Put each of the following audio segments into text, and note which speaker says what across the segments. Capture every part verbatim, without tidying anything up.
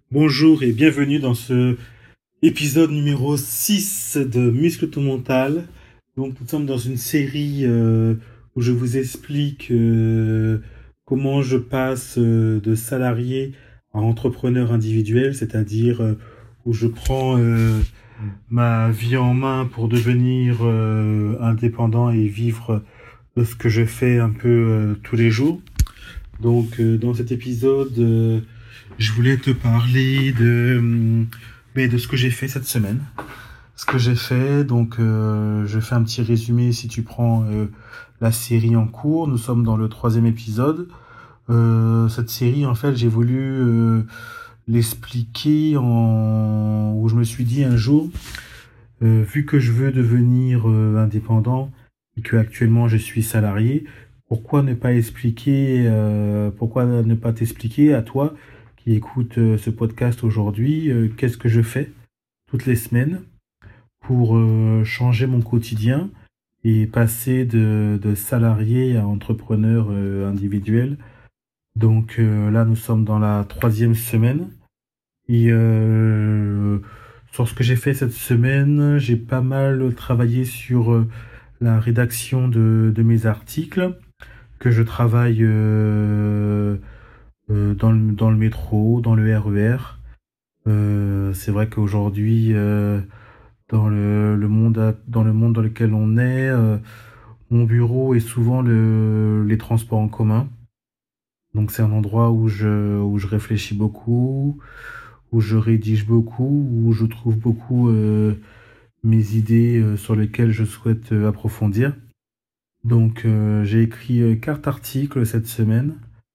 Speaker 1: Bonjour et bienvenue dans ce épisode numéro six de Muscle ton mental. Donc nous sommes dans une série euh, où je vous explique euh, comment je passe euh, de salarié à entrepreneur individuel, c'est-à-dire euh, où je prends euh, ma vie en main pour devenir euh, indépendant et vivre de ce que je fais un peu euh, tous les jours. Donc euh, dans cet épisode, euh, je voulais te parler de, hum, mais de ce que j'ai fait cette semaine. Ce que j'ai fait, donc euh, je fais un petit résumé si tu prends euh, la série en cours. Nous sommes dans le troisième épisode. Euh, cette série, en fait, j'ai voulu euh, l'expliquer en... où je me suis dit un jour, euh, vu que je veux devenir euh, indépendant et que actuellement je suis salarié, pourquoi ne pas expliquer, euh, pourquoi ne pas t'expliquer à toi qui écoute euh, ce podcast aujourd'hui, euh, qu'est-ce que je fais toutes les semaines pour euh, changer mon quotidien et passer de, de salarié à entrepreneur euh, individuel. Donc euh, là, nous sommes dans la troisième semaine. Et euh, sur ce que j'ai fait cette semaine, j'ai pas mal travaillé sur euh, la rédaction de, de mes articles que je travaille euh, euh, dans, le, dans le métro, dans le R E R. Euh, c'est vrai qu'aujourd'hui, euh, dans le, le monde à- dans le monde dans lequel on est, euh, mon bureau est souvent le, les transports en commun. Donc c'est un endroit où je, où je réfléchis beaucoup, où je rédige beaucoup, où je trouve beaucoup euh, mes idées euh, sur lesquelles je souhaite euh, approfondir. Donc euh, j'ai écrit euh, quatre articles cette semaine.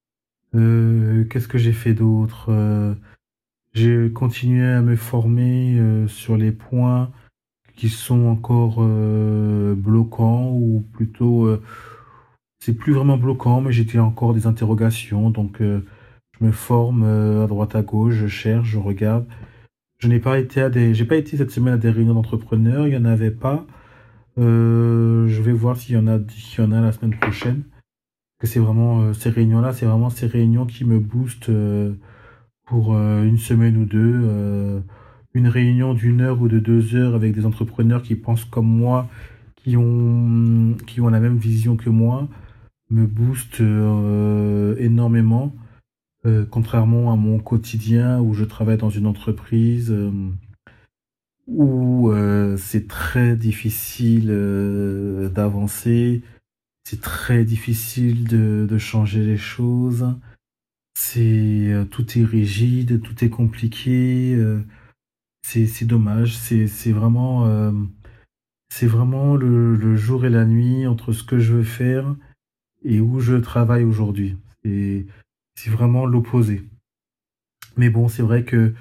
Speaker 1: Euh, qu'est-ce que j'ai fait d'autre? Euh, J'ai continué à me former euh, sur les points qui sont encore euh, bloquants ou plutôt euh, c'est plus vraiment bloquant mais j'étais encore des interrogations donc euh, je me forme euh, à droite à gauche, je cherche, je regarde. Je n'ai pas été à des j'ai pas été cette semaine à des réunions d'entrepreneurs, il y en avait pas. Euh, je vais voir s'il y en a s'il y en a la semaine prochaine. Que c'est vraiment euh, ces réunions-là, c'est vraiment ces réunions qui me boostent euh, pour euh, une semaine ou deux. Euh, une réunion d'une heure ou de deux heures avec des entrepreneurs qui pensent comme moi, qui ont, qui ont la même vision que moi, me booste euh, énormément. Euh, contrairement à mon quotidien où je travaille dans une entreprise euh, où euh, c'est très difficile euh, d'avancer, c'est très difficile de, de changer les choses. C'est euh, tout est rigide, tout est compliqué. euh, c'est c'est dommage. C'est c'est vraiment euh, c'est vraiment le, le jour et la nuit entre ce que je veux faire et où je travaille aujourd'hui. C'est c'est vraiment l'opposé. Mais bon, c'est vrai que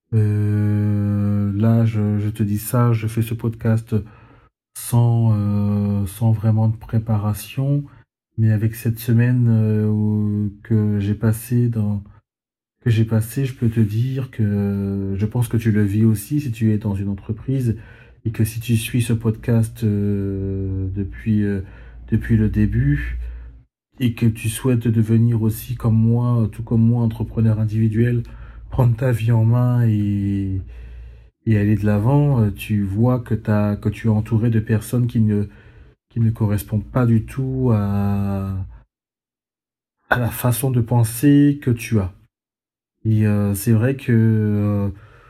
Speaker 1: euh, là, je, je te dis ça, je fais ce podcast sans euh, sans vraiment de préparation, mais avec cette semaine euh, où- que j'ai passé dans que j'ai passé, je peux te dire que je pense que tu le vis aussi si tu es dans une entreprise et que si tu suis ce podcast euh, depuis, euh, depuis le début et que tu souhaites devenir aussi comme moi, tout comme moi, entrepreneur individuel, prendre ta vie en main et, et aller de l'avant, euh, tu vois que, t'as, que tu es entouré de personnes qui ne, qui ne correspondent pas du tout à, à la façon de penser que tu as. Et euh, c'est vrai que euh,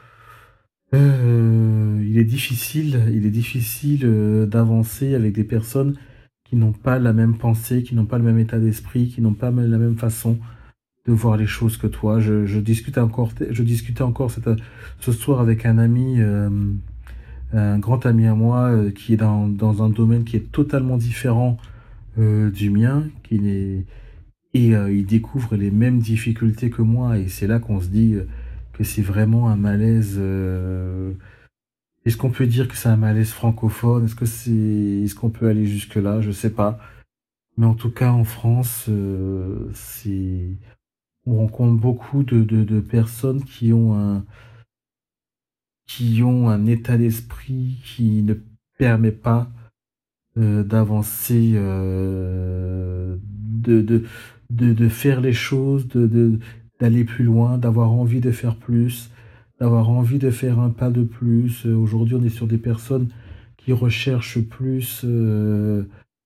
Speaker 1: euh, il est difficile, il est difficile euh, d'avancer avec des personnes qui n'ont pas la même pensée, qui n'ont pas le même état d'esprit, qui n'ont pas la même façon de voir les choses que toi. Je, je discutais encore, je discutais encore cette, ce soir avec un ami, euh, un grand ami à moi, euh, qui est dans, dans un domaine qui est totalement différent euh, du mien, qui n'est et euh, il découvre les mêmes difficultés que moi. Et c'est là qu'on se dit euh, que c'est vraiment un malaise. euh, Est-ce qu'on peut dire que c'est un malaise francophone? Est-ce que c'est, est-ce qu'on peut aller jusque-là? Je sais pas. Mais en tout cas, en France, euh, c'est, on rencontre beaucoup de, de, de personnes qui ont un, qui ont un état d'esprit qui ne permet pas euh, d'avancer, euh, de, de, de, de faire les choses, de, de, d'aller plus loin, d'avoir envie de faire plus, d'avoir envie de faire un pas de plus. Euh, Aujourd'hui, on est sur des personnes qui recherchent plus euh,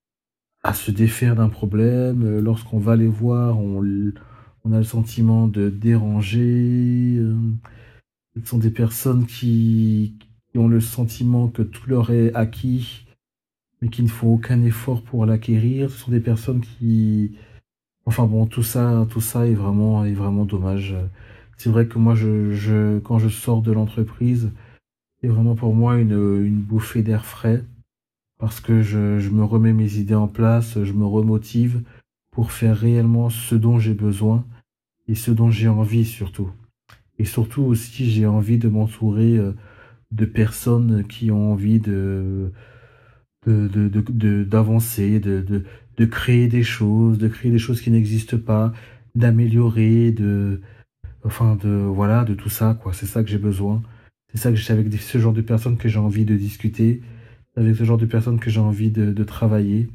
Speaker 1: à se défaire d'un problème. Euh, Lorsqu'on va les voir, on, l- on a le sentiment de déranger. Euh, Ce sont des personnes qui, qui ont le sentiment que tout leur est acquis, mais qui ne font aucun effort pour l'acquérir. Ce sont des personnes qui... Enfin bon, tout ça, tout ça est vraiment, est vraiment dommage. C'est vrai que moi, je, je, quand je sors de l'entreprise, c'est vraiment pour moi une, une bouffée d'air frais, parce que je, je me remets mes idées en place, je me remotive pour faire réellement ce dont j'ai besoin et ce dont j'ai envie surtout. Et surtout aussi, j'ai envie de m'entourer euh, de personnes qui ont envie de, de, de, de, de- d'avancer, de, de, de créer des choses, de créer des choses qui n'existent pas, d'améliorer, de, enfin, de, voilà, de tout ça, quoi. C'est ça que j'ai besoin. C'est ça que c'est avec des- ce genre de personnes que j'ai envie de discuter, avec ce genre de personnes que j'ai envie de, de travailler.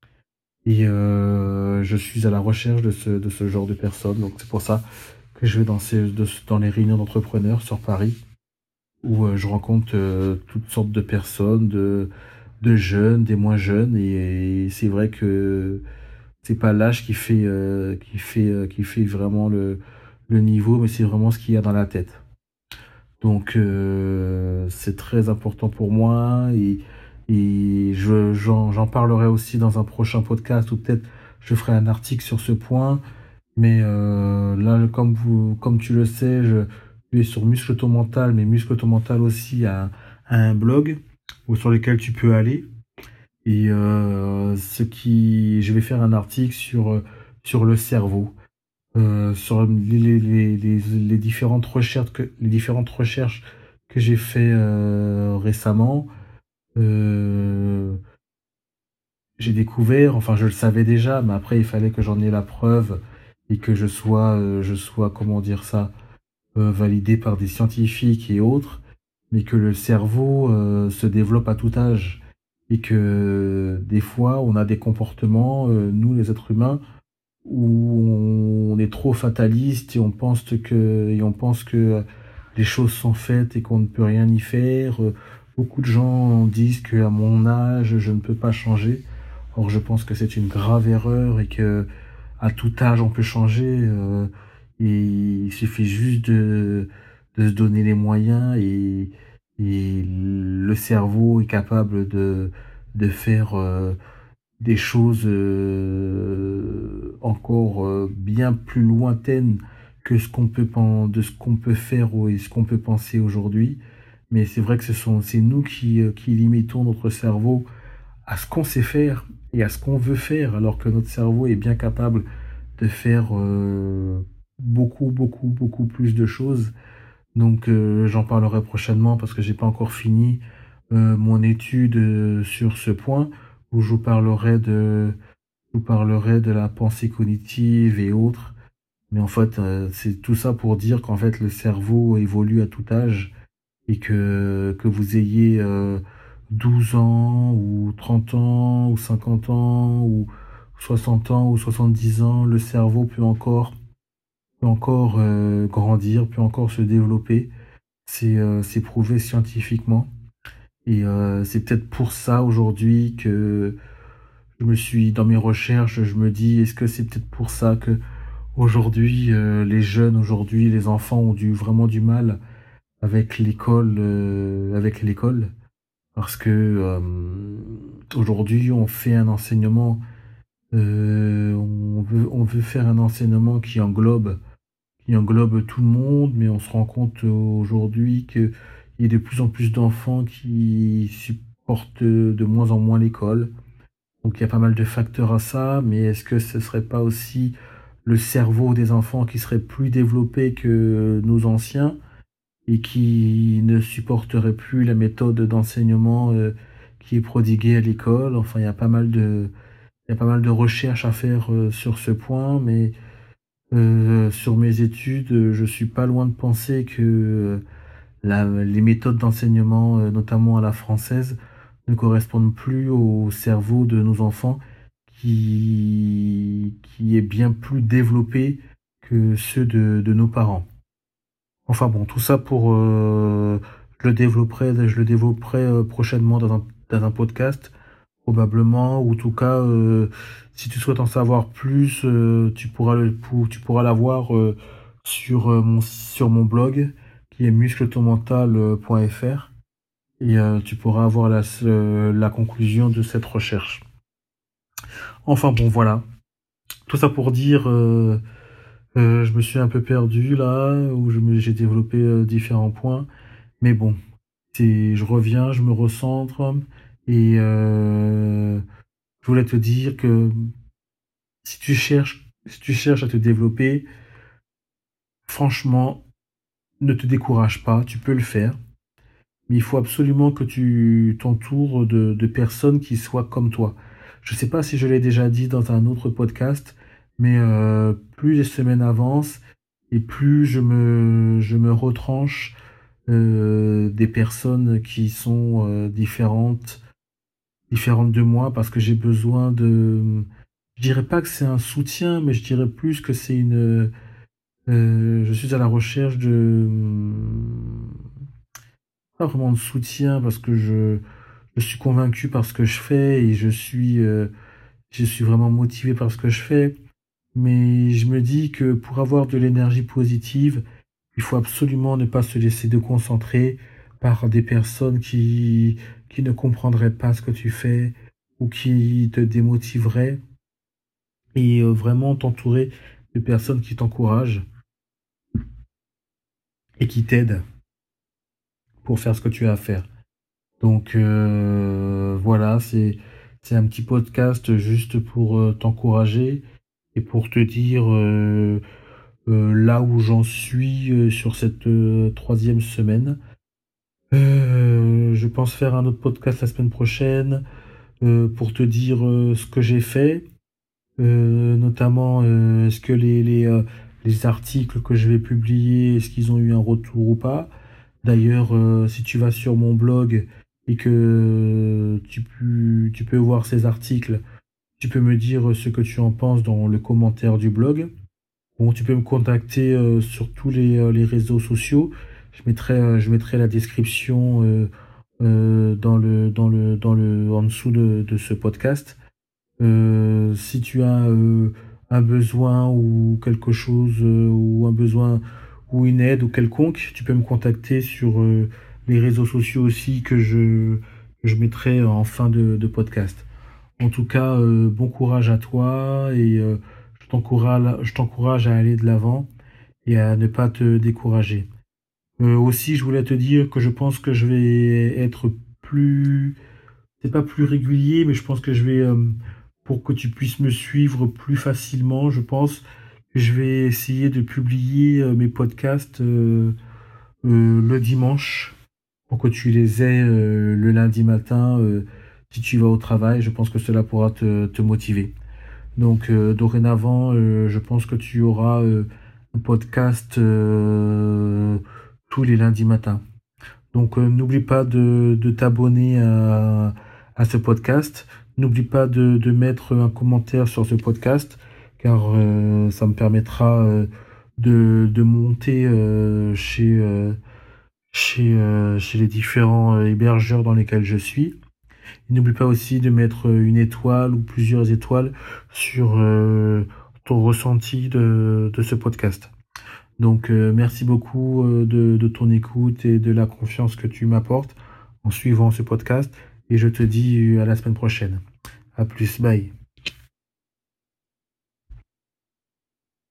Speaker 1: Et euh, je suis à la recherche de ce, de ce genre de personnes. Donc c'est pour ça que je vais dans, ces, de- dans les réunions d'entrepreneurs sur Paris, où euh, je rencontre euh, toutes sortes de personnes, de, de jeunes, des moins jeunes, et, et c'est vrai que c'est pas l'âge qui fait, euh, qui fait, euh, qui fait vraiment le, le niveau, mais c'est vraiment ce qu'il y a dans la tête. Donc euh, c'est très important pour moi, et, et je, j'en, j'en parlerai aussi dans un prochain podcast, ou peut-être je ferai un article sur ce point. Mais euh, là, comme vous, comme tu le sais, je, tu es sur Muscle Auto Mental, mais Muscle Auto Mental aussi a, a un blog où, sur lequel tu peux aller. Et euh, ce qui, je vais faire un article sur, euh, sur le cerveau, euh, sur les, les, les, les, les différentes recherches que, les différentes recherches que j'ai fait euh, récemment. Euh, j'ai découvert, enfin je le savais déjà, mais après il fallait que j'en ai la preuve et que je sois, euh, je sois, comment dire ça, euh, validé par des scientifiques et autres, mais que le cerveau euh, se développe à tout âge et que euh, des fois on a des comportements, euh, nous les êtres humains, où on est trop fataliste et on pense que, et on pense que les choses sont faites et qu'on ne peut rien y faire. Euh, Beaucoup de gens disent qu'à mon âge, je ne peux pas changer. Or, je pense que c'est une grave erreur et que à tout âge, on peut changer. Euh, et il suffit juste de, de se donner les moyens, et, et le cerveau est capable de, de faire euh, des choses euh, encore euh, bien plus lointaines que ce qu'on peut pen- de ce qu'on peut faire ou- et ce qu'on peut penser aujourd'hui. Mais c'est vrai que ce sont c'est nous qui, euh, qui limitons notre cerveau à ce qu'on sait faire et à ce qu'on veut faire, alors que notre cerveau est bien capable de faire euh, beaucoup, beaucoup, beaucoup plus de choses. Donc euh, j'en parlerai prochainement parce que j'ai pas encore fini euh, mon étude euh, sur ce point, où je vous parlerai de je vous parlerai de la pensée cognitive et autres. Mais en fait, euh, c'est tout ça pour dire qu'en fait le cerveau évolue à tout âge, et que que vous ayez euh, douze ans ou trente ans ou cinquante ans ou soixante ans ou soixante-dix ans, le cerveau peut encore peut encore euh, grandir, peut encore se développer. C'est euh, c'est prouvé scientifiquement. Et euh, c'est peut-être pour ça aujourd'hui que je me suis, dans mes recherches, je me dis, est-ce que c'est peut-être pour ça que aujourd'hui, euh, les jeunes, aujourd'hui, les enfants ont du, vraiment du mal avec l'école, euh, avec l'école, parce que euh, aujourd'hui, on fait un enseignement, euh, on veut, on veut faire un enseignement qui englobe qui englobe tout le monde, mais on se rend compte aujourd'hui qu'il y a de plus en plus d'enfants qui supportent de moins en moins l'école. Donc il y a pas mal de facteurs à ça, mais est-ce que ce serait pas aussi le cerveau des enfants qui serait plus développé que nos anciens et qui ne supporterait plus la méthode d'enseignement euh, qui est prodiguée à l'école? Enfin, il y a pas mal de, il y a pas mal de recherches à faire euh, sur ce point, mais euh, sur mes études, euh, je suis pas loin de penser que euh, la, les méthodes d'enseignement, euh, notamment à la française, ne correspondent plus au cerveau de nos enfants, qui, qui est bien plus développé que ceux de, de nos parents. Enfin bon, tout ça pour... Euh, je le développerai, je le développerai euh, prochainement dans un, dans un podcast, probablement, ou en tout cas, euh, si tu souhaites en savoir plus, euh, tu pourras le, tu pourras l'avoir euh, sur, euh, mon, sur mon blog, qui est muscle ton mental point f r, et euh, tu pourras avoir la, euh, la conclusion de cette recherche. Enfin bon, voilà. Tout ça pour dire... Euh, Euh, je me suis un peu perdu là, où je me, j'ai développé euh, différents points. Mais bon, c'est, je reviens, je me recentre. Et euh, je voulais te dire que si tu cherches, si tu cherches à te développer, franchement, ne te décourage pas, tu peux le faire. Mais il faut absolument que tu t'entoures de, de personnes qui soient comme toi. Je ne sais pas si je l'ai déjà dit dans un autre podcast, mais euh, plus les semaines avancent et plus je me, je me retranche euh, des personnes qui sont euh, différentes, différentes de moi, parce que j'ai besoin de... Je dirais pas que c'est un soutien, mais je dirais plus que c'est une... euh, je suis à la recherche de... Pas vraiment de soutien, parce que je, je suis convaincu par ce que je fais et je suis, euh, je suis vraiment motivé par ce que je fais. Mais je me dis que pour avoir de l'énergie positive, il faut absolument ne pas se laisser déconcentrer par des personnes qui, qui ne comprendraient pas ce que tu fais ou qui te démotiveraient, et euh, vraiment t'entourer de personnes qui t'encouragent et qui t'aident pour faire ce que tu as à faire. Donc euh, voilà, c'est c'est un petit podcast juste pour euh, t'encourager et pour te dire euh, euh, là où j'en suis euh, sur cette euh, troisième semaine. Euh, je pense faire un autre podcast la semaine prochaine euh, pour te dire euh, ce que j'ai fait, euh, notamment euh, est-ce que les, les, euh, les articles que je vais publier, est-ce qu'ils ont eu un retour ou pas. D'ailleurs, euh, si tu vas sur mon blog et que tu peux, tu peux voir ces articles, tu peux me dire ce que tu en penses dans le commentaire du blog. Bon, tu peux me contacter euh, sur tous les, euh, les réseaux sociaux. Je mettrai, euh, je mettrai la description euh, euh, dans le, dans le, dans le, en dessous de, de ce podcast. Euh, si tu as euh, un besoin ou quelque chose, euh, ou un besoin ou une aide ou quelconque, tu peux me contacter sur euh, les réseaux sociaux aussi que je, que je mettrai en fin de, de podcast. En tout cas, euh, bon courage à toi et euh, je t'encourage, je t'encourage à aller de l'avant et à ne pas te décourager. Euh, aussi, je voulais te dire que je pense que je vais être plus, c'est pas plus régulier, mais je pense que je vais, euh, pour que tu puisses me suivre plus facilement, je pense que je vais essayer de publier euh, mes podcasts euh, euh, le dimanche pour que tu les aies euh, le lundi matin euh, si tu vas au travail. Je pense que cela pourra te, te motiver. Donc euh, dorénavant, euh, je pense que tu auras euh, un podcast euh, tous les lundis matins. Donc euh, n'oublie pas de, de t'abonner à, à ce podcast. N'oublie pas de, de mettre un commentaire sur ce podcast, car euh, ça me permettra euh, de, de monter euh, chez, euh, chez, euh, chez les différents euh, hébergeurs dans lesquels je suis. N'oublie pas aussi de mettre une étoile ou plusieurs étoiles sur euh, ton ressenti de, de ce podcast. Donc euh, merci beaucoup euh, de, de ton écoute et de la confiance que tu m'apportes en suivant ce podcast. Et je te dis à la semaine prochaine. À plus, bye.